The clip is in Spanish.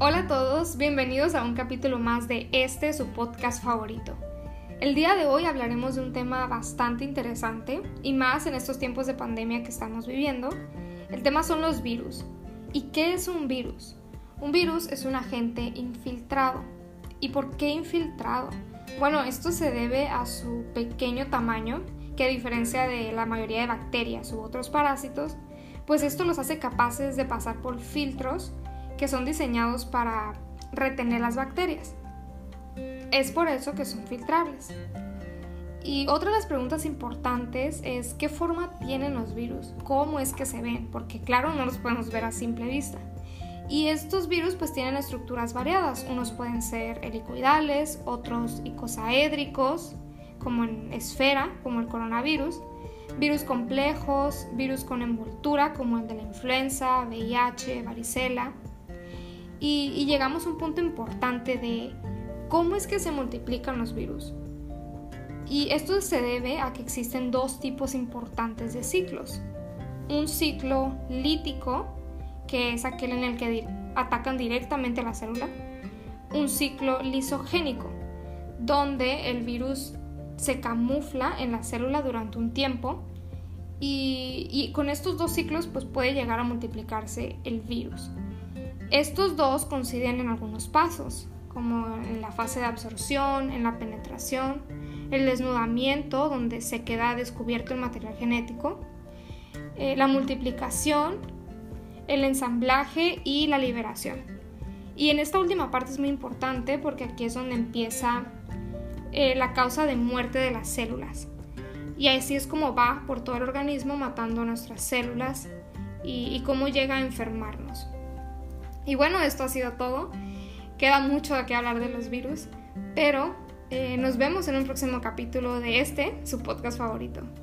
Hola a todos, bienvenidos a un capítulo más de su podcast favorito. El día de hoy hablaremos de un tema bastante interesante y más en estos tiempos de pandemia que estamos viviendo. El tema son los virus. ¿Y qué es un virus? Un virus es un agente infiltrado. ¿Y por qué infiltrado? Bueno, esto se debe a su pequeño tamaño, que a diferencia de la mayoría de bacterias u otros parásitos, pues esto los hace capaces de pasar por filtros que son diseñados para retener las bacterias. Es por eso que son filtrables. Y otra de las preguntas importantes es ¿qué forma tienen los virus? ¿Cómo es que se ven? Porque claro, no los podemos ver a simple vista. Y estos virus pues tienen estructuras variadas. Unos pueden ser helicoidales, otros icosaédricos, como en esfera, como el coronavirus, virus complejos, virus con envoltura, como el de la influenza, VIH, varicela. Y llegamos a un punto importante de cómo es que se multiplican los virus. Y esto se debe a que existen dos tipos importantes de ciclos. Un ciclo lítico, que es aquel en el que atacan directamente a la célula. Un ciclo lisogénico, donde el virus se camufla en la célula durante un tiempo y con estos dos ciclos pues puede llegar a multiplicarse el virus. Estos dos coinciden en algunos pasos, como en la fase de absorción, en la penetración, el desnudamiento, donde se queda descubierto el material genético, la multiplicación, el ensamblaje y la liberación. Y en esta última parte es muy importante porque aquí es donde empieza la causa de muerte de las células. Y así es como va por todo el organismo matando nuestras células y cómo llega a enfermarnos. Y bueno, esto ha sido todo. Queda mucho de qué hablar de los virus, pero nos vemos en un próximo capítulo de su podcast favorito.